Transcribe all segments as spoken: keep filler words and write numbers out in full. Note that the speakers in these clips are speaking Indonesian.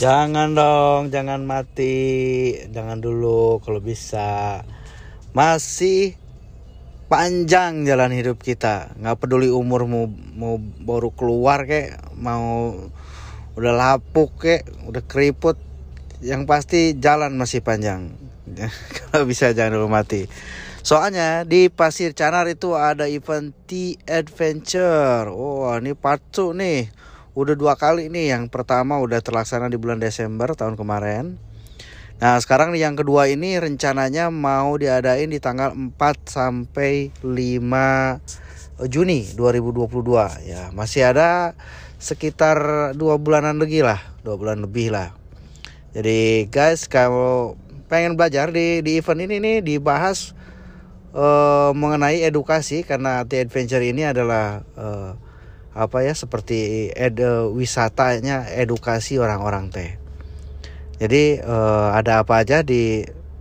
Jangan dong, jangan mati, jangan dulu kalau bisa. Masih panjang jalan hidup kita. Nggak peduli umur mau mau baru keluar kek, mau udah lapuk kek, udah keriput. Yang pasti jalan masih panjang. Kalau bisa jangan dulu mati. Soalnya di Pasir Canar itu ada event T-Adventure. Oh, ini part two nih. Udah dua kali nih. Yang pertama udah terlaksana di bulan Desember tahun kemarin. Nah, sekarang yang kedua ini rencananya mau diadain di tanggal empat sampai lima Juni dua ribu dua puluh dua. Ya, masih ada sekitar dua bulanan lagi lah, dua bulan lebih lah. Jadi guys, kalau pengen belajar di di event ini nih dibahas uh, mengenai edukasi, karena T-Adventure ini adalah uh, apa ya, seperti ed, wisatanya edukasi orang-orang teh. Jadi uh, ada apa aja di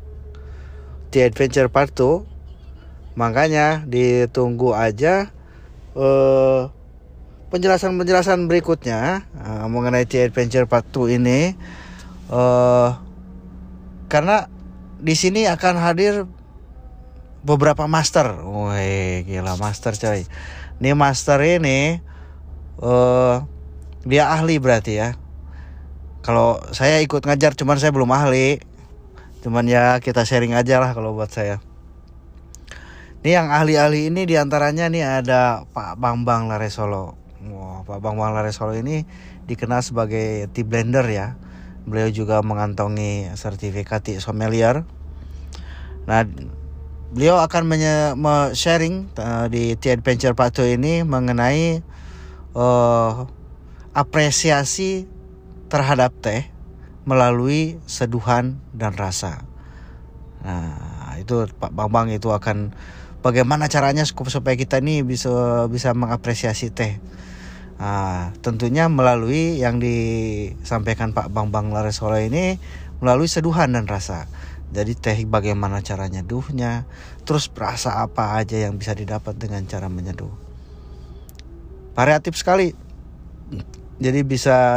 T-Adventure Part two. Makanya ditunggu aja uh, penjelasan-penjelasan berikutnya uh, mengenai T-Adventure Part two ini. Uh, karena di sini akan hadir beberapa master. Wih, gila master coy. Ini master ini uh, dia ahli berarti ya. Kalau saya ikut ngajar, cuman saya belum ahli. Cuman ya kita sharing aja lah kalau buat saya. Ini yang ahli-ahli ini diantaranya nih ada Pak Bambang Laresolo. Wah, Pak Bambang Laresolo ini dikenal sebagai tea blender ya. Beliau juga mengantongi sertifikat tea sommelier. Nah, beliau akan menye- sharing uh, di T-Adventure Part two ini mengenai uh, apresiasi terhadap teh melalui seduhan dan rasa. Nah, itu Pak Bambang itu akan bagaimana caranya supaya kita ini bisa bisa mengapresiasi teh. Nah, tentunya melalui yang disampaikan Pak Bambang Laresolo ini melalui seduhan dan rasa. Jadi teh bagaimana cara nyeduhnya, terus rasa apa aja yang bisa didapat dengan cara menyeduh. Variatif sekali. Jadi bisa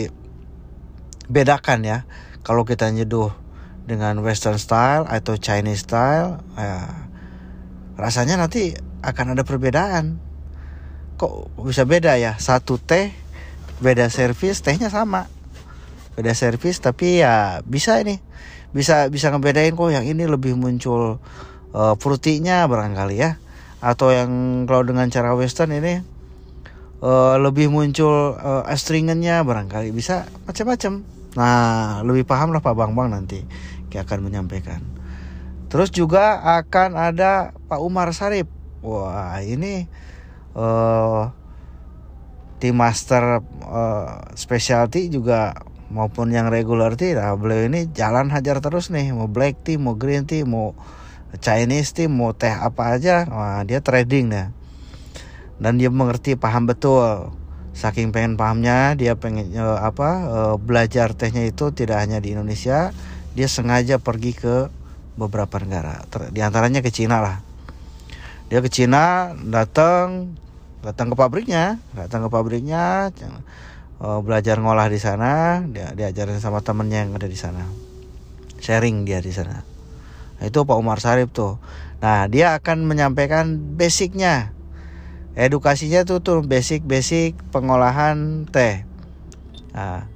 dibedakan ya. Kalau kita nyeduh dengan Western style atau Chinese style, ya, rasanya nanti akan ada perbedaan. Kok bisa beda ya? Satu teh beda servis, tehnya sama. Beda servis tapi ya bisa ini. Bisa bisa ngebedain kok yang ini lebih muncul uh, fruity-nya barangkali ya. Atau yang kalau dengan cara Western ini uh, lebih muncul uh, astringannya barangkali, bisa macam-macam. Nah, lebih paham lah Pak Bambang nanti yang akan menyampaikan. Terus juga akan ada Pak Umar Sarip. Wah, ini uh, tea master uh, specialty juga maupun yang regular tea. Nah, beliau ini jalan hajar terus nih, mau black tea, mau green tea, mau Chinese tea, mau teh apa aja. Wah, dia trading ya. Dan dia mengerti, paham betul. Saking pengen pahamnya, dia pengen uh, apa uh, belajar tehnya itu tidak hanya di Indonesia, dia sengaja pergi ke beberapa negara, Ter- di antaranya ke Cina lah. Dia ke Cina, datang datang ke pabriknya, datang ke pabriknya, uh, belajar ngolah di sana, dia diajarin sama temennya yang ada di sana, sharing dia di sana. Nah, itu Pak Umar Sarip tuh. Nah, dia akan menyampaikan basicnya, edukasinya tuh tuh basic-basic pengolahan teh. Nah,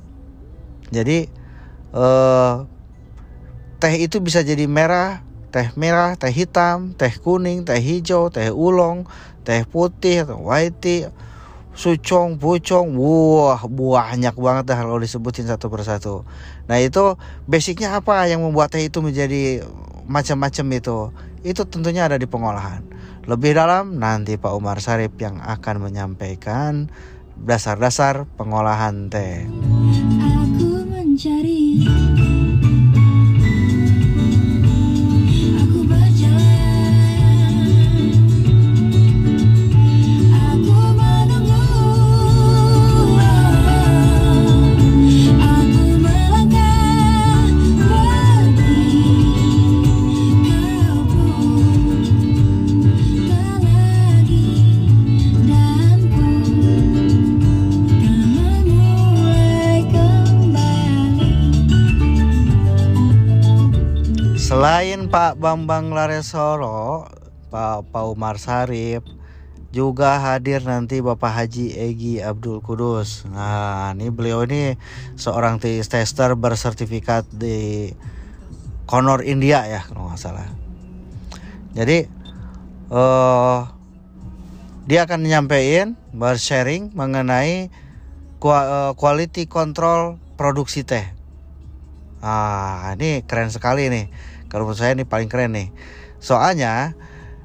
jadi uh, teh itu bisa jadi merah, teh merah, teh hitam, teh kuning, teh hijau, teh oolong, teh putih, white tea, sucong, pucong. Wah, banyak banget dah kalau disebutin satu persatu. Nah, itu basicnya apa yang membuat teh itu menjadi macam-macam itu. Itu tentunya ada di pengolahan. Lebih dalam nanti Pak Umar Sarip yang akan menyampaikan dasar-dasar pengolahan teh. Aku mencari kembali. Selain Pak Bambang Laresolo, Pak Pak Umar Sarip, juga hadir nanti Bapak Haji Egy Abdul Kudus. Nah, ini beliau ini seorang tester bersertifikat di Conor India ya kalau nggak salah. Jadi uh, dia akan menyampaikan, bersharing mengenai quality control produksi teh. Ah, ini keren sekali nih. Kalau menurut saya ini paling keren nih. Soalnya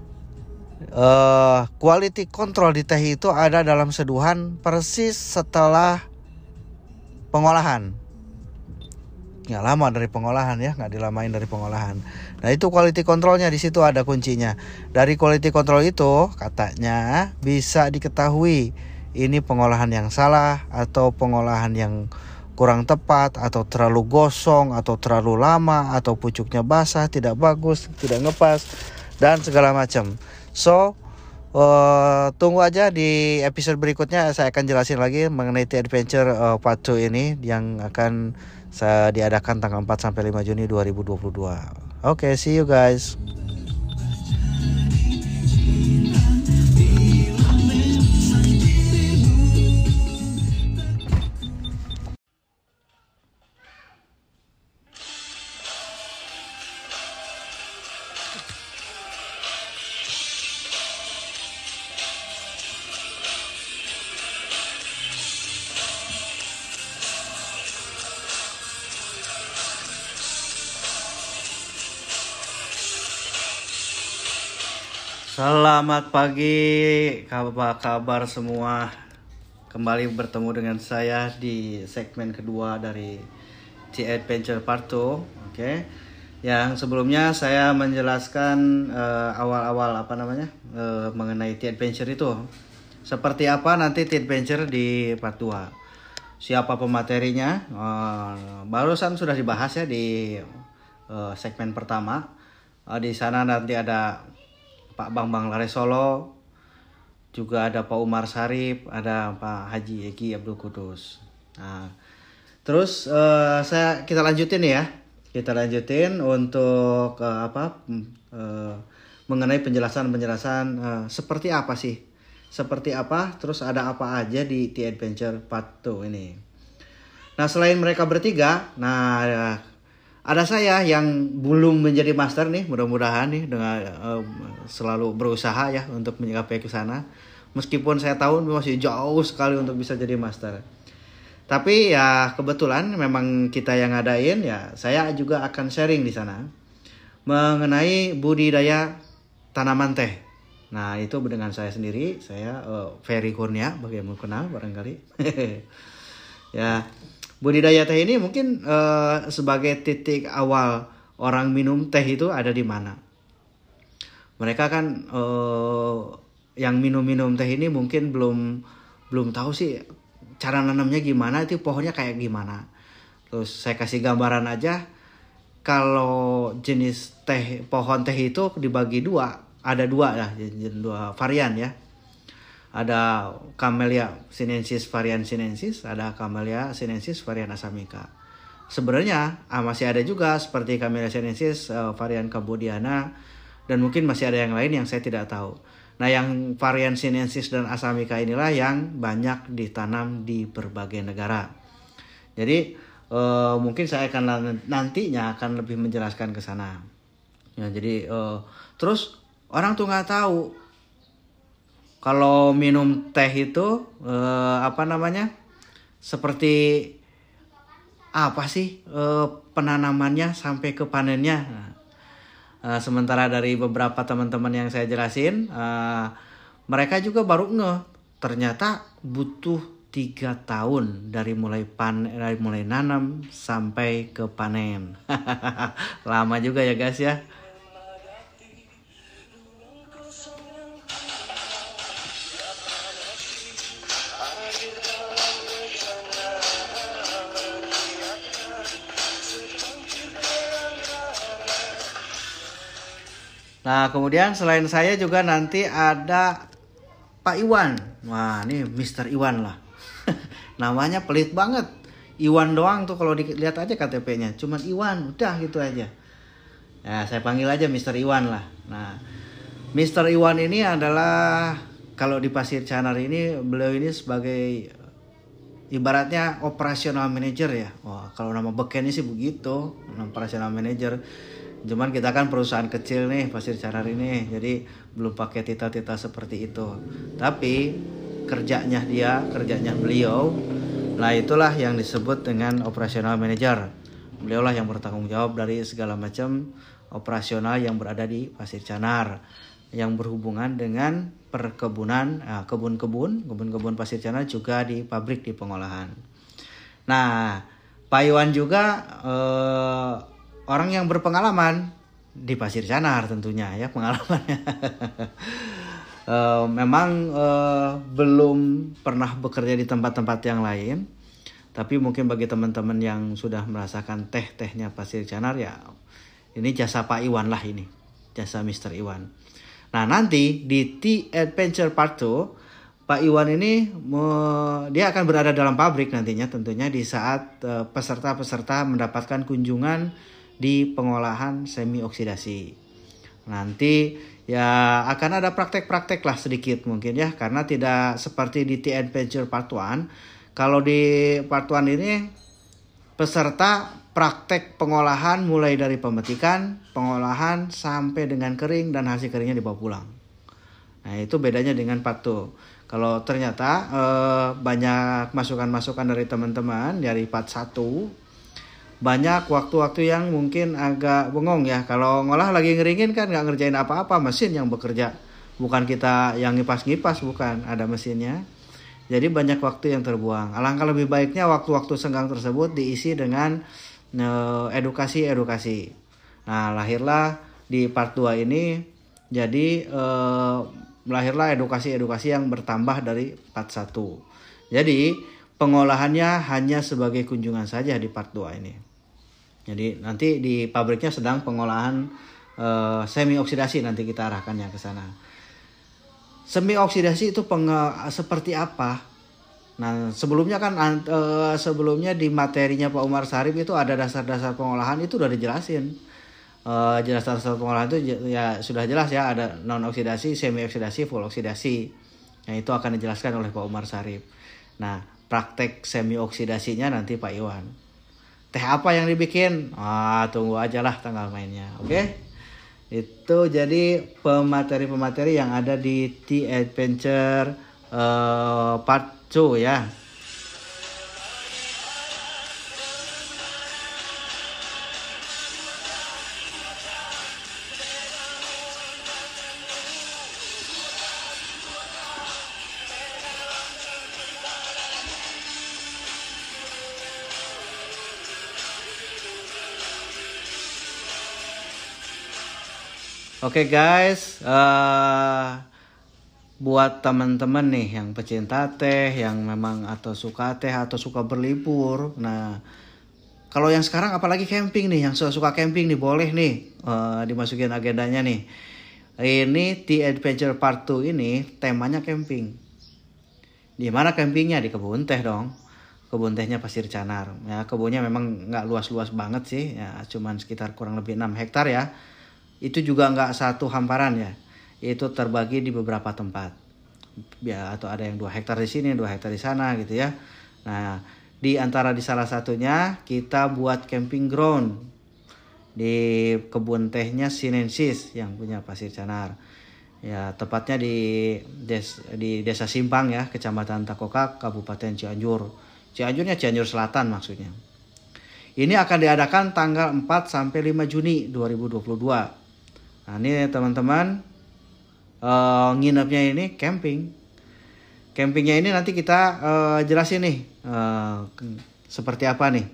uh, quality control di teh itu ada dalam seduhan persis setelah pengolahan. Nggak lama dari pengolahan ya, nggak dilamain dari pengolahan. Nah itu quality controlnya, di situ ada kuncinya. Dari quality control itu katanya bisa diketahui ini pengolahan yang salah atau pengolahan yang kurang tepat atau terlalu gosong atau terlalu lama atau pucuknya basah, tidak bagus, tidak ngepas dan segala macam. So uh, tunggu aja di episode berikutnya, saya akan jelasin lagi mengenai T-Adventure uh, Part dua ini yang akan saya diadakan tanggal empat sampai lima Juni dua ribu dua puluh dua. Oke, okay, see you guys. Selamat pagi, apa kabar semua? Kembali bertemu dengan saya di segmen kedua dari T-Adventure Part dua. Oke. Okay. Yang sebelumnya saya menjelaskan uh, awal-awal apa namanya? Uh, mengenai T-Adventure itu. Seperti apa nanti T-Adventure di Part dua. Siapa pematerinya? Uh, barusan sudah dibahas ya di uh, segmen pertama. Uh, di sana nanti ada Pak Bambang Laresolo, juga ada Pak Umar Sarip, ada Pak Haji Egy Abdul Kudus. Nah, terus uh, saya kita lanjutin ya, kita lanjutin untuk uh, apa uh, mengenai penjelasan-penjelasan uh, seperti apa sih, seperti apa, terus ada apa aja di T-Adventure Part dua ini. Nah, selain mereka bertiga, nah ada saya yang belum menjadi master nih, mudah-mudahan nih dengan uh, selalu berusaha ya untuk mencapai ke sana. Meskipun saya tahu masih jauh sekali untuk bisa jadi master. Tapi ya kebetulan memang kita yang ngadain ya, saya juga akan sharing di sana mengenai budidaya tanaman teh. Nah, itu dengan saya sendiri, saya uh, Ferry Kurnia, bagi yang mau kenal barangkali. Ya. Budidaya teh ini mungkin uh, sebagai titik awal orang minum teh itu ada di mana. Mereka kan uh, yang minum-minum teh ini mungkin belum belum tahu sih cara nanamnya gimana, itu pohonnya kayak gimana. Terus saya kasih gambaran aja, kalau jenis teh pohon teh itu dibagi dua, ada dua ya, dua varian ya. Ada Camellia sinensis varian sinensis, ada Camellia sinensis varian Assamica. Sebenarnya ah, masih ada juga seperti Camellia sinensis uh, varian Cambodiana, dan mungkin masih ada yang lain yang saya tidak tahu. Nah, yang varian sinensis dan Assamica inilah yang banyak ditanam di berbagai negara. Jadi uh, mungkin saya akan nantinya akan lebih menjelaskan ke sana. Ya, jadi uh, terus orang tuh nggak tahu kalau minum teh itu eh, apa namanya, seperti apa sih eh, penanamannya sampai ke panennya. Nah, eh, sementara dari beberapa teman-teman yang saya jelasin, eh, mereka juga baru ngeh ternyata butuh tiga tahun dari mulai pan dari mulai nanam sampai ke panen. Lama juga ya guys ya. Nah, kemudian selain saya juga nanti ada Pak Iwan. Wah, ini Mister Iwan lah. Namanya pelit banget. Iwan doang tuh kalau dilihat aja K T P-nya. Cuman Iwan, udah gitu aja. Ya, saya panggil aja mister Iwan lah. Nah, mister Iwan ini adalah kalau di Pasir Canar ini beliau ini sebagai ibaratnya operasional manager ya. Wah, kalau nama bekennya sih begitu, operasional manager. Cuman kita kan perusahaan kecil nih Pasir Canar ini, jadi belum pakai titel-titel seperti itu. Tapi kerjanya dia, kerjanya beliau, nah itulah yang disebut dengan operasional manager. Beliaulah yang bertanggung jawab dari segala macam operasional yang berada di Pasir Canar, yang berhubungan dengan perkebunan, nah, kebun-kebun, kebun-kebun Pasir Canar juga di pabrik di pengolahan. Nah, Pak Iwan juga eh, orang yang berpengalaman di Pasir Canar tentunya ya pengalamannya. eh, memang eh, belum pernah bekerja di tempat-tempat yang lain. Tapi mungkin bagi teman-teman yang sudah merasakan teh-tehnya Pasir Canar ya, ini jasa Pak Iwan lah ini, jasa mister Iwan. Nah nanti di Tea Adventure Part dua, Pak Iwan ini dia akan berada dalam pabrik nantinya tentunya di saat uh, peserta-peserta mendapatkan kunjungan di pengolahan semi oksidasi. Nanti ya akan ada praktek-praktek lah sedikit mungkin ya, karena tidak seperti di Tea Adventure Part satu. Kalau di part satu ini peserta praktek pengolahan mulai dari pemetikan, pengolahan sampai dengan kering dan hasil keringnya dibawa pulang. Nah itu bedanya dengan part dua. Kalau ternyata eh, banyak masukan-masukan dari teman-teman dari part satu, banyak waktu-waktu yang mungkin agak bengong ya. Kalau ngolah lagi ngeringin kan nggak ngerjain apa-apa, mesin yang bekerja. Bukan kita yang ngipas-ngipas, bukan, ada mesinnya. Jadi banyak waktu yang terbuang. Alangkah lebih baiknya waktu-waktu senggang tersebut diisi dengan edukasi-edukasi. Uh, nah, lahirlah di part dua ini jadi uh, lahirlah edukasi-edukasi yang bertambah dari part satu. Jadi pengolahannya hanya sebagai kunjungan saja di part dua ini. Jadi nanti di pabriknya sedang pengolahan uh, semi oksidasi, nanti kita arahkannya ke sana. Semi oksidasi itu penge, seperti apa? Nah sebelumnya kan e, sebelumnya di materinya Pak Umar Sarip itu ada dasar-dasar pengolahan, itu udah dijelasin. E, dasar-dasar pengolahan itu ya sudah jelas ya, ada non oksidasi, semi oksidasi, full oksidasi. Nah itu akan dijelaskan oleh Pak Umar Sarip. Nah praktek semi oksidasinya nanti Pak Iwan. Teh apa yang dibikin? Ah tunggu aja lah tanggal mainnya, oke? Okay? Itu jadi pemateri-pemateri yang ada di Tea Adventure uh, Part dua ya. Oke okay guys, uh, buat teman-teman nih yang pecinta teh, yang memang atau suka teh atau suka berlibur. Nah, kalau yang sekarang apalagi camping nih, yang suka camping nih boleh nih uh, dimasukin agendanya nih. Ini Tea Adventure Part dua ini temanya camping. Di mana campingnya? Di kebun teh dong. Kebun tehnya Pasir Canar. Ya, kebunnya memang nggak luas-luas banget sih, ya cuman sekitar kurang lebih enam hektar ya. Itu juga nggak satu hamparan ya, itu terbagi di beberapa tempat ya, atau ada yang dua hektar di sini, dua hektar di sana gitu ya. Nah di antara di salah satunya kita buat camping ground di kebun tehnya Sinensis yang punya Pasir Canar ya, tepatnya di des, di desa Simpang ya, kecamatan Takokak, Kabupaten Cianjur. Cianjurnya Cianjur Selatan maksudnya. Ini akan diadakan tanggal empat sampai lima Juni dua ribu dua puluh dua. Nah ini teman-teman uh, nginepnya ini camping. Campingnya ini nanti kita uh, jelasin nih uh, seperti apa nih.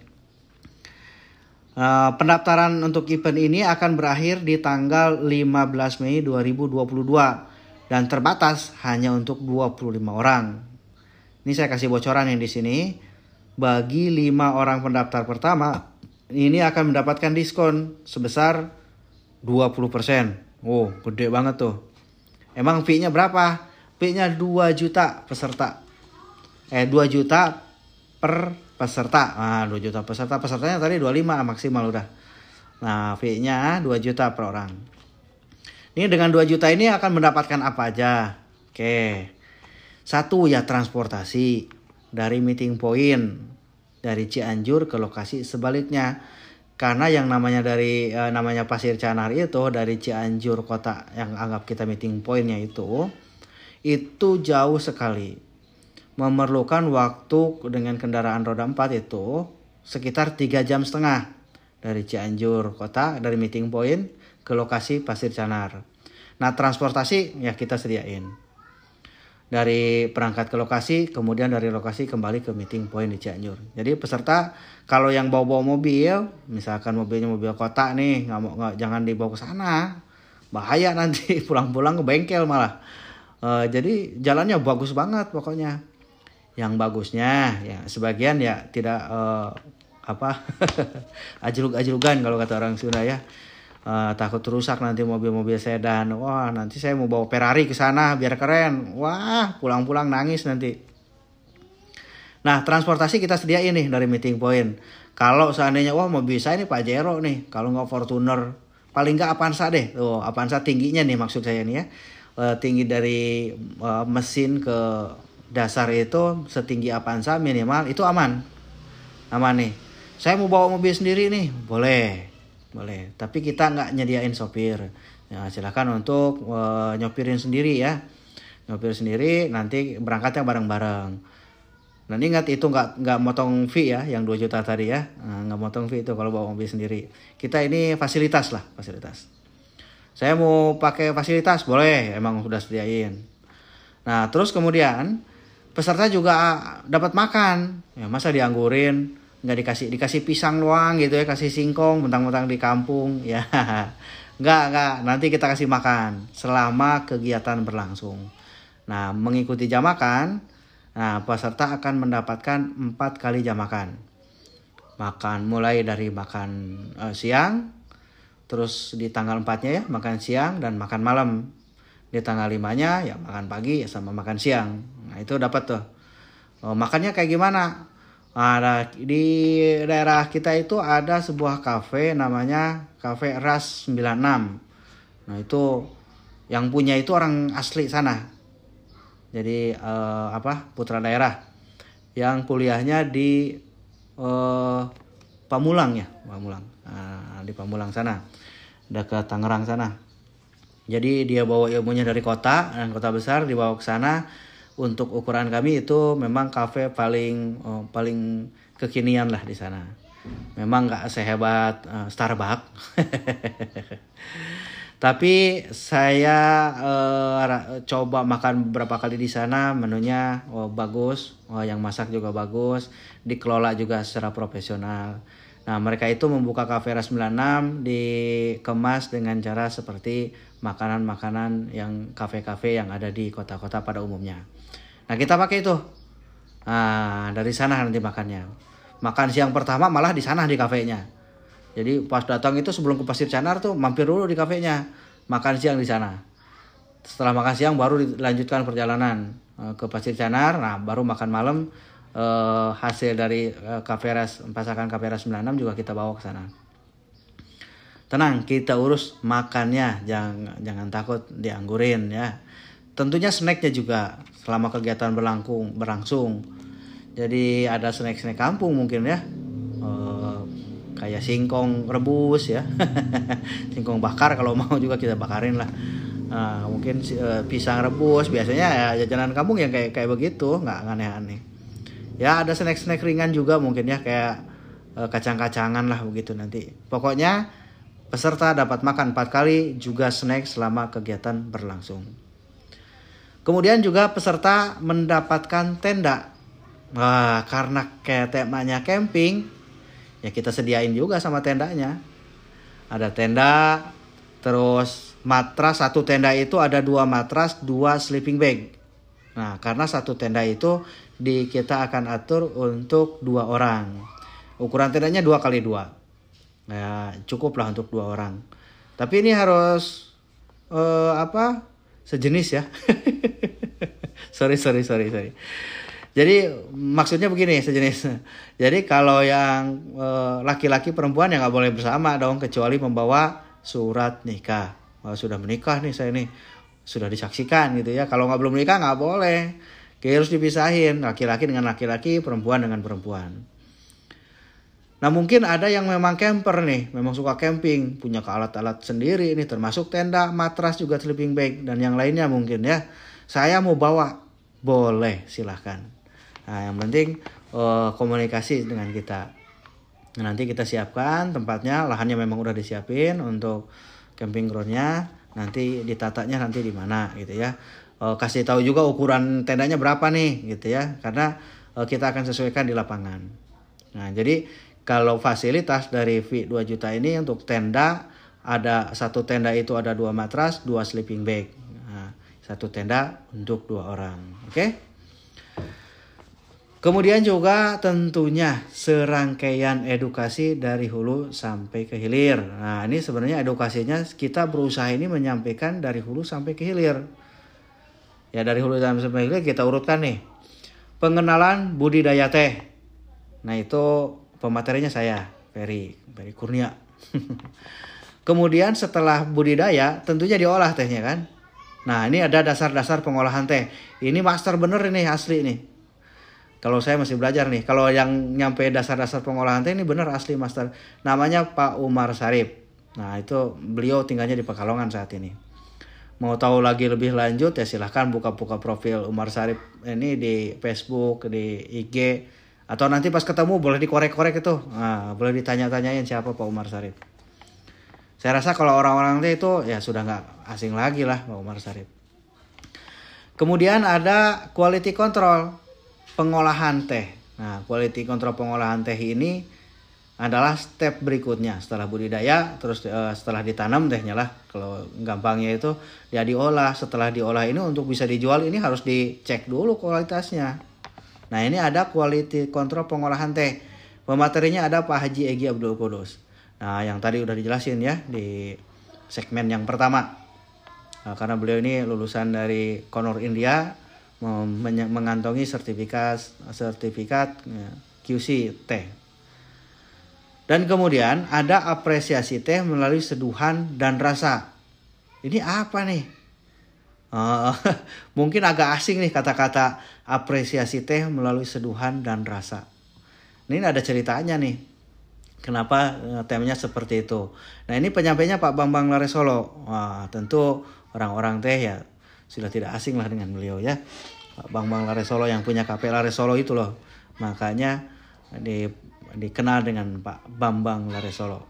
Uh, pendaftaran untuk event ini akan berakhir di tanggal lima belas Mei dua ribu dua puluh dua dan terbatas hanya untuk dua puluh lima orang. Ini saya kasih bocoran yang di sini. Bagi lima orang pendaftar pertama ini akan mendapatkan diskon sebesar dua puluh persen. Oh, gede banget tuh. Emang fee-nya berapa? Fee-nya dua juta peserta. Eh, dua juta per peserta. Ah, dua juta peserta. Pesertanya tadi dua puluh lima maksimal udah. Nah, fee-nya dua juta per orang. Ini dengan dua juta ini akan mendapatkan apa aja? Oke. Satu ya transportasi dari meeting point dari Cianjur ke lokasi sebaliknya. Karena yang namanya dari eh, namanya Pasir Canar itu dari Cianjur kota yang anggap kita meeting pointnya itu itu jauh sekali. Memerlukan waktu dengan kendaraan roda empat itu sekitar tiga jam setengah dari Cianjur kota dari meeting point ke lokasi Pasir Canar. Nah, transportasi ya kita sediain. Dari berangkat ke lokasi, kemudian dari lokasi kembali ke meeting point di Cianjur. Jadi peserta kalau yang bawa-bawa mobil, misalkan mobilnya mobil kota nih, nggak mau nggak jangan dibawa ke sana, bahaya nanti pulang-pulang ke bengkel malah. E, jadi jalannya bagus banget pokoknya. Yang bagusnya ya sebagian ya tidak e, apa ajlug-ajlugan kalau kata orang Sunda ya. Uh, takut rusak nanti mobil-mobil sedan. Wah, nanti saya mau bawa Ferrari ke sana biar keren. Wah, pulang-pulang nangis nanti. Nah, transportasi kita sediain nih dari meeting point. Kalau seandainya wah mobil saya nih Pajero nih, kalau nggak Fortuner, paling nggak Avanza deh. Tuh, Avanza tingginya nih maksud saya nih ya. Uh, tinggi dari uh, mesin ke dasar itu setinggi Avanza minimal itu aman. Aman nih. Saya mau bawa mobil sendiri nih, boleh. Boleh, tapi kita nggak nyediain sopir. Ya, silakan untuk uh, nyopirin sendiri ya. Nyopir sendiri, nanti berangkatnya bareng-bareng. Dan ingat itu nggak nggak motong fee ya, yang dua juta tadi ya. Nah, nggak motong fee itu kalau bawa mobil sendiri. Kita ini fasilitas lah, fasilitas. Saya mau pakai fasilitas, boleh, emang sudah sediain. Nah, terus kemudian peserta juga dapat makan. Ya, masa dianggurin? Nggak dikasih dikasih pisang doang gitu ya, kasih singkong mentang-mentang di kampung ya. Nggak nggak nanti kita kasih makan selama kegiatan berlangsung. Nah, mengikuti jam makan, nah peserta akan mendapatkan empat kali jam makan. Makan mulai dari makan uh, siang, terus di tanggal empatnya ya makan siang dan makan malam. Di tanggal limanya ya makan pagi sama makan siang. Nah, itu dapat tuh. Oh, makannya kayak gimana? Nah, di daerah kita itu ada sebuah kafe namanya Cafe Ras sembilan enam. Nah, itu yang punya itu orang asli sana. Jadi eh, apa? Putra daerah yang kuliahnya di eh, Pamulang ya, Pamulang. Nah, di Pamulang sana. Dekat Tangerang sana. Jadi dia bawa ilmunya dari kota dan kota besar dibawa ke sana. Untuk ukuran kami itu memang kafe paling oh, paling kekinian lah di sana. Memang nggak sehebat uh, Starbucks, tapi saya uh, coba makan beberapa kali di sana. Menunya oh, bagus, oh, yang masak juga bagus, dikelola juga secara profesional. Nah, mereka itu membuka Cafe Ras sembilan enam dikemas dengan cara seperti makanan-makanan yang kafe-kafe yang ada di kota-kota pada umumnya. Nah, kita pakai itu. Nah, dari sana nanti makannya. Makan siang pertama malah di sana di kafenya. Jadi pas datang itu sebelum ke Pasir Canar tuh mampir dulu di kafenya. Makan siang di sana. Setelah makan siang baru dilanjutkan perjalanan ke Pasir Canar. Nah, baru makan malam. Uh, hasil dari uh, Cafe Ras, pasakan Cafe Ras sembilan enam juga kita bawa ke sana. Tenang, kita urus makannya, jangan jangan takut dianggurin ya. Tentunya snacknya juga selama kegiatan berlangsung berlangsung. Jadi ada snack-snack kampung mungkin ya, uh, kayak singkong rebus ya, singkong bakar kalau mau juga kita bakarin lah. Uh, mungkin uh, pisang rebus biasanya ya jajanan kampung yang kayak kayak begitu, nggak aneh-aneh. Ya ada snack-snack ringan juga mungkin ya kayak uh, kacang-kacangan lah begitu nanti. Pokoknya peserta dapat makan empat kali juga snack selama kegiatan berlangsung. Kemudian juga peserta mendapatkan tenda. Wah, karena kayak temanya camping, ya kita sediain juga sama tendanya. Ada tenda, terus matras, satu tenda itu ada dua matras, dua sleeping bag. Nah, karena satu tenda itu di kita akan atur untuk dua orang. Ukuran tendanya dua kali dua. Nah, cukup lah untuk dua orang. Tapi ini harus uh, apa? Sejenis ya. sorry sorry sorry sorry. Jadi maksudnya begini sejenis. Jadi kalau yang eh, laki-laki perempuan ya nggak boleh bersama dong, kecuali membawa surat nikah. Oh, sudah menikah nih saya nih, sudah disaksikan gitu ya. Kalau nggak belum menikah nggak boleh. Kayak harus dipisahin laki-laki dengan laki-laki, perempuan dengan perempuan. Nah mungkin ada yang memang camper nih, memang suka camping, punya alat-alat sendiri ini, termasuk tenda, matras juga sleeping bag dan yang lainnya mungkin ya. Saya mau bawa, boleh silahkan. Nah yang penting uh, komunikasi dengan kita. Nah, nanti kita siapkan tempatnya, lahannya memang udah disiapin untuk camping groundnya. Nanti ditatanya nanti di mana gitu ya. Uh, kasih tahu juga ukuran tendanya berapa nih gitu ya. Karena uh, kita akan sesuaikan di lapangan. Nah jadi kalau fasilitas dari V dua juta ini untuk tenda, ada satu tenda itu ada dua matras, dua sleeping bag. Nah, satu tenda untuk dua orang. Oke. Okay? Kemudian juga tentunya serangkaian edukasi dari hulu sampai ke hilir. Nah ini sebenarnya edukasinya kita berusaha ini menyampaikan dari hulu sampai ke hilir. Ya dari hulu sampai ke hilir kita urutkan nih. Pengenalan budidaya teh. Nah itu pematerinya saya, Ferry, Ferry Kurnia. Kemudian setelah budidaya tentunya diolah tehnya kan. Nah ini ada dasar-dasar pengolahan teh. Ini master bener ini asli nih. Kalau saya masih belajar nih. Kalau yang nyampe dasar-dasar pengolahan teh ini bener asli master. Namanya Pak Umar Sarip. Nah itu beliau tinggalnya di Pekalongan saat ini. Mau tahu lagi lebih lanjut ya silahkan buka-buka profil Umar Sarip ini di Facebook, di I G. Atau nanti pas ketemu boleh dikorek-korek itu. Nah, boleh ditanya-tanyain siapa Pak Umar Sarip. Saya rasa kalau orang-orang teh itu ya sudah nggak asing lagi lah Pak Umar Sarip. Kemudian ada quality control. Pengolahan teh. Nah, quality control pengolahan teh ini adalah step berikutnya setelah budidaya, terus uh, setelah ditanam tehnya lah. Kalau gampangnya itu ya diolah. Setelah diolah ini untuk bisa dijual ini harus dicek dulu kualitasnya. Nah, ini ada quality control pengolahan teh. Pematerinya ada Pak Haji Egy Abdul Qudus. Nah, yang tadi udah dijelasin ya di segmen yang pertama. Nah, karena beliau ini lulusan dari Konor India, mengantongi sertifikat sertifikat Q C teh. Dan kemudian ada apresiasi teh melalui seduhan dan rasa. Ini apa nih? Uh, mungkin agak asing nih kata-kata apresiasi teh melalui seduhan dan rasa. Ini ada ceritanya nih. Kenapa uh, temanya seperti itu? Nah ini penyampainya Pak Bambang Laresolo. Wah, tentu orang-orang teh ya sudah tidak asing lah dengan beliau ya. Pak Bambang Laresolo yang punya K P Laresolo itu loh. Makanya di, dikenal dengan Pak Bambang Laresolo.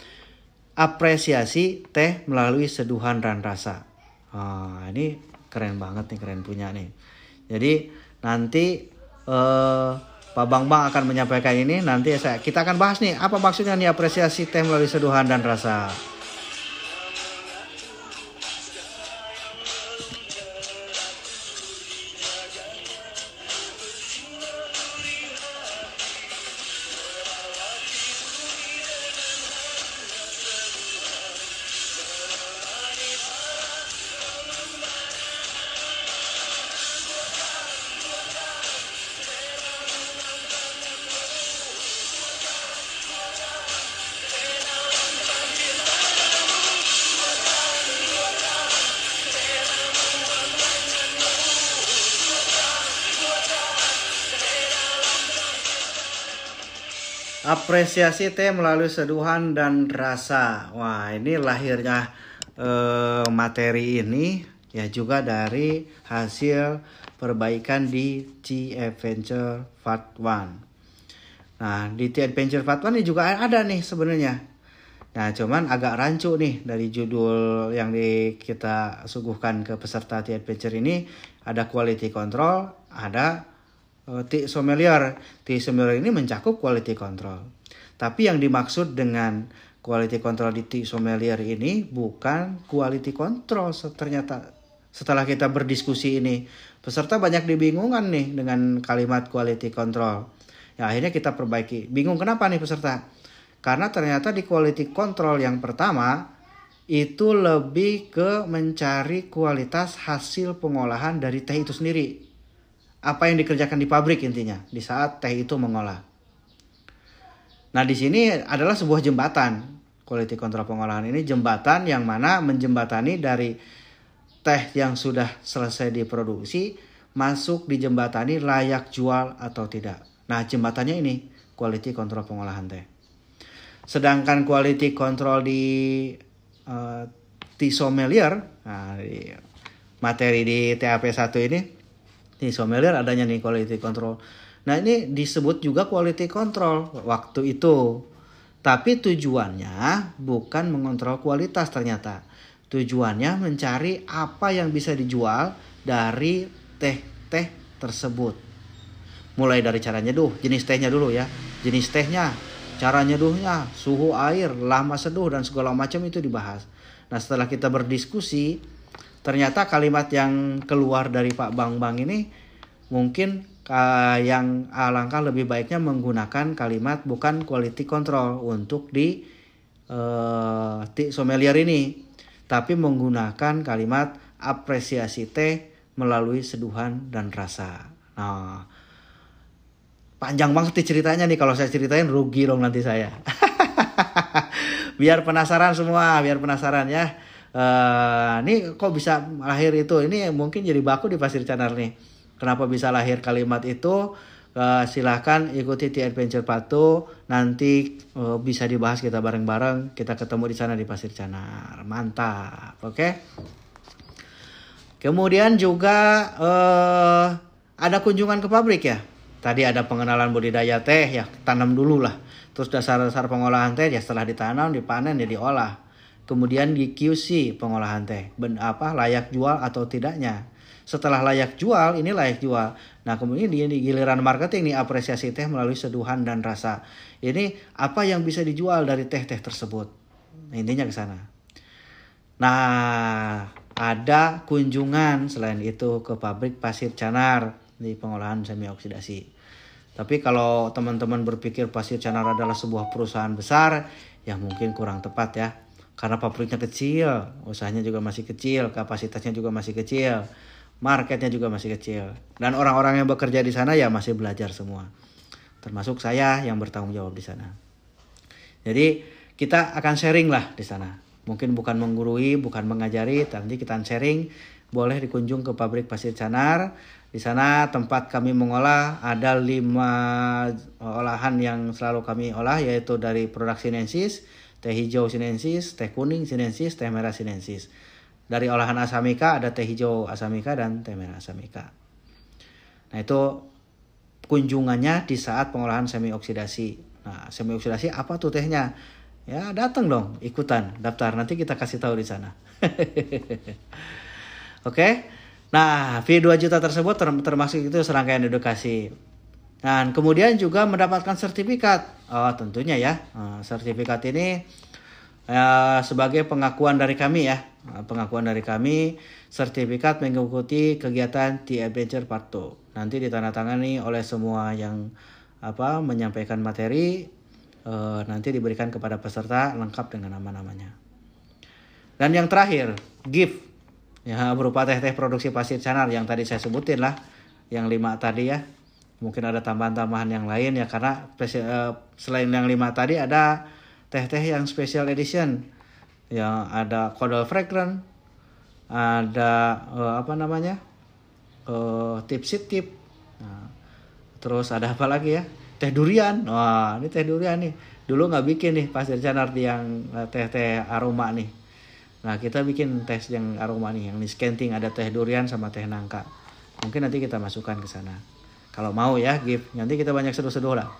Apresiasi teh melalui seduhan dan rasa. Ah, ini keren banget nih, keren punya nih. Jadi nanti eh, Pak Bambang akan menyampaikan ini. Nanti saya, kita akan bahas nih apa maksudnya nih apresiasi teh melalui seduhan dan rasa. Apresiasi teh melalui seduhan dan rasa. Wah, ini lahirnya eh, materi ini ya juga dari hasil perbaikan di T Adventure Part satu. Nah, di T Adventure Part satu ini juga ada nih sebenarnya. Nah, cuman agak rancu nih dari judul yang di, kita suguhkan ke peserta T Adventure ini. Ada quality control, ada T sommelier. T sommelier ini mencakup quality control. Tapi yang dimaksud dengan quality control di T sommelier ini bukan quality control. Ternyata setelah kita berdiskusi ini, peserta banyak dibingungkan nih dengan kalimat quality control. Ya akhirnya kita perbaiki. Bingung kenapa nih peserta? Karena ternyata di quality control yang pertama itu lebih ke mencari kualitas hasil pengolahan dari teh itu sendiri. apa yang dikerjakan di pabrik intinya di saat teh itu mengolah. Nah di sini adalah sebuah jembatan. Quality control pengolahan ini jembatan yang mana menjembatani dari teh yang sudah selesai diproduksi masuk di jembatani layak jual atau tidak. Nah jembatannya ini quality control pengolahan teh. Sedangkan quality control di uh, tea sommelier, nah, di materi di T A P satu ini, tea sommelier adanya nih quality control. Nah ini disebut juga quality control waktu itu. Tapi tujuannya bukan mengontrol kualitas ternyata. Tujuannya mencari apa yang bisa dijual dari teh-teh tersebut. Mulai dari cara nyeduh, jenis tehnya dulu ya. Jenis tehnya, cara nyeduhnya, suhu air, lama seduh dan segala macam itu dibahas. Nah setelah kita berdiskusi, ternyata kalimat yang keluar dari Pak Bang-Bang ini mungkin uh, yang alangkah lebih baiknya menggunakan kalimat bukan quality control untuk di uh, tea sommelier ini, tapi menggunakan kalimat apresiasi teh melalui seduhan dan rasa. Nah, panjang banget nih ceritanya nih, kalau saya ceritain rugi dong nanti saya. Biar penasaran semua, biar penasaran ya. Uh, ini kok bisa lahir itu? Ini mungkin jadi baku di Pasir Canar nih. Kenapa bisa lahir kalimat itu? Uh, silahkan ikuti Tea Adventure Patu. Nanti uh, bisa dibahas kita bareng-bareng. Kita ketemu di sana di Pasir Canar. Mantap, oke? Okay? Kemudian juga uh, ada kunjungan ke pabrik ya. Tadi ada pengenalan budidaya teh ya, tanam dulu lah. Terus dasar-dasar pengolahan teh ya, setelah ditanam, dipanen ya diolah. Kemudian di Q C pengolahan teh, ben, apa layak jual atau tidaknya. Setelah layak jual, ini layak jual. Nah kemudian di, di giliran marketing nih, apresiasi teh melalui seduhan dan rasa. Ini apa yang bisa dijual dari teh-teh tersebut. Nah, intinya ke sana. Nah ada kunjungan selain itu ke pabrik Pasir Canar di pengolahan semi oksidasi. Tapi kalau teman-teman berpikir Pasir Canar adalah sebuah perusahaan besar, ya mungkin kurang tepat ya. Karena pabriknya kecil, usahanya juga masih kecil, kapasitasnya juga masih kecil. Marketnya juga masih kecil. Dan orang-orang yang bekerja di sana ya masih belajar semua. Termasuk saya yang bertanggung jawab di sana. Jadi kita akan sharing lah di sana. Mungkin bukan menggurui, bukan mengajari, nanti kita sharing. Boleh dikunjung ke pabrik Pasir Canar. Di sana tempat kami mengolah ada lima olahan yang selalu kami olah, yaitu dari produk sinensis, teh hijau sinensis, teh kuning sinensis, teh merah sinensis. Dari olahan Asamika ada teh hijau Asamika dan teh merah Asamika. Nah itu kunjungannya di saat pengolahan semi oksidasi. Nah semi oksidasi apa tuh tehnya? Ya datang dong, ikutan daftar, nanti kita kasih tahu di sana. Oke. Okay? Nah fee dua juta tersebut termasuk itu serangkaian edukasi. Dan kemudian juga mendapatkan sertifikat. Oh tentunya ya, nah, sertifikat ini Uh, sebagai pengakuan dari kami ya, uh, pengakuan dari kami, sertifikat mengikuti kegiatan Tea Adventure Part dua. Nanti ditandatangani oleh semua yang apa menyampaikan materi, uh, nanti diberikan kepada peserta lengkap dengan nama-namanya. Dan yang terakhir, gift ya, berupa teh-teh produksi Pasir Canar yang tadi saya sebutin lah, yang lima tadi ya. Mungkin ada tambahan-tambahan yang lain ya, karena uh, selain yang lima tadi ada teh-teh yang special edition, yang ada Codal Fragrant, ada uh, apa namanya uh, tipsy tip, nah, terus ada apa lagi ya, teh durian. Wah ini teh durian nih, dulu nggak bikin nih Pasir Canar yang uh, teh-teh aroma nih. Nah kita bikin teh yang aroma nih, yang di scanting ada teh durian sama teh nangka. Mungkin nanti kita masukkan ke sana. Kalau mau ya gift, nanti kita banyak seduh-seduh lah.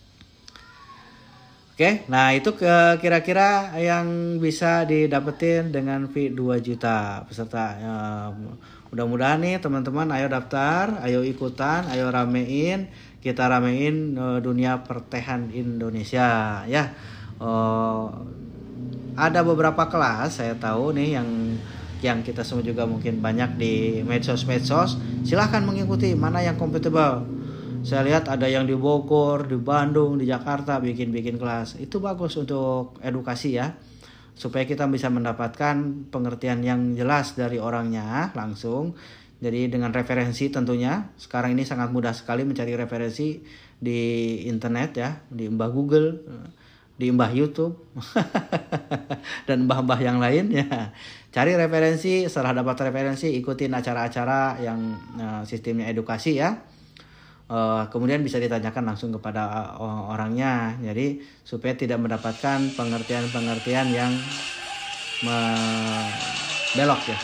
Oke, nah itu ke kira-kira yang bisa didapetin dengan fee dua juta peserta. Ya, mudah-mudahan nih teman-teman ayo daftar, ayo ikutan, ayo ramein, kita ramein uh, dunia pertehan Indonesia ya. Uh, ada beberapa kelas saya tahu nih yang yang kita semua juga mungkin banyak di medsos-medsos. Silahkan mengikuti mana yang kompatibel. Saya lihat ada yang di Bogor, di Bandung, di Jakarta bikin-bikin kelas. Itu bagus untuk edukasi ya. Supaya kita bisa mendapatkan pengertian yang jelas dari orangnya langsung. Jadi dengan referensi tentunya sekarang ini sangat mudah sekali mencari referensi di internet ya, di mbah Google, di mbah YouTube dan mbah-mbah yang lain ya. Cari referensi, setelah dapat referensi ikutin acara-acara yang uh, sistemnya edukasi ya. Uh, kemudian bisa ditanyakan langsung kepada uh, orangnya. Jadi supaya tidak mendapatkan pengertian-pengertian yang me- belok ya.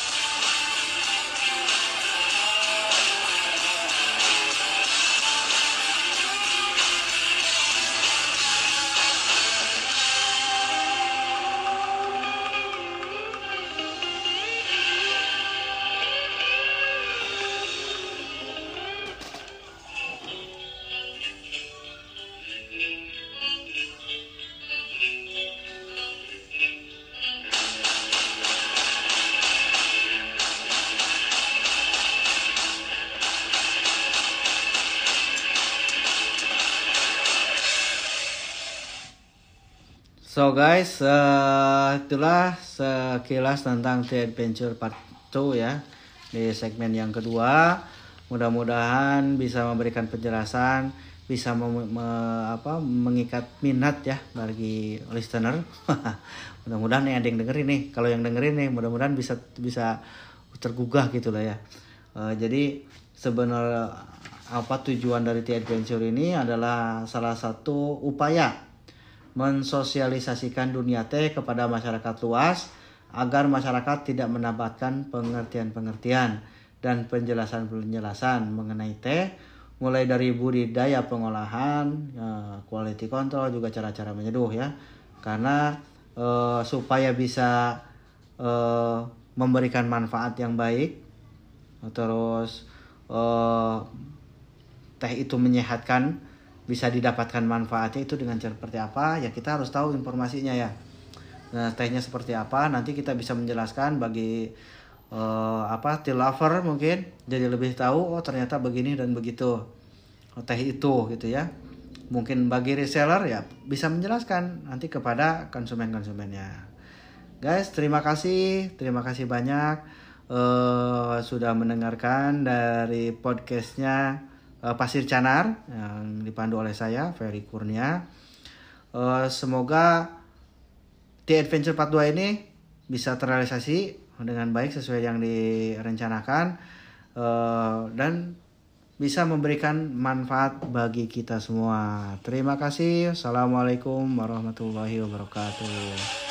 So guys, uh, itulah sekilas tentang The Adventure Part dua ya. Di segmen yang kedua, mudah-mudahan bisa memberikan penjelasan, bisa mem- me- apa, mengikat minat ya bagi listener. Mudah-mudahan yang ada yang dengerin nih, kalau yang dengerin nih mudah-mudahan bisa bisa tergugah gitu lah ya. Uh, jadi sebenarnya apa tujuan dari The Adventure ini adalah salah satu upaya mensosialisasikan dunia teh kepada masyarakat luas agar masyarakat tidak mendapatkan pengertian-pengertian dan penjelasan-penjelasan mengenai teh, mulai dari budidaya pengolahan, quality control, juga cara-cara menyeduh ya. Karena eh, supaya bisa eh, memberikan manfaat yang baik, terus eh, teh itu menyehatkan, bisa didapatkan manfaatnya itu dengan cara seperti apa ya, kita harus tahu informasinya ya. Nah, tehnya seperti apa nanti kita bisa menjelaskan bagi uh, apa tea lover mungkin jadi lebih tahu, oh ternyata begini dan begitu oh, teh itu gitu ya. Mungkin bagi reseller ya bisa menjelaskan nanti kepada konsumen-konsumennya. Guys, terima kasih terima kasih banyak uh, sudah mendengarkan dari podcastnya Pasir Canar yang dipandu oleh saya Ferry Kurnia. Uh, semoga The Adventure Part dua ini bisa terrealisasi dengan baik sesuai yang direncanakan uh, dan bisa memberikan manfaat bagi kita semua. Terima kasih. Assalamualaikum warahmatullahi wabarakatuh.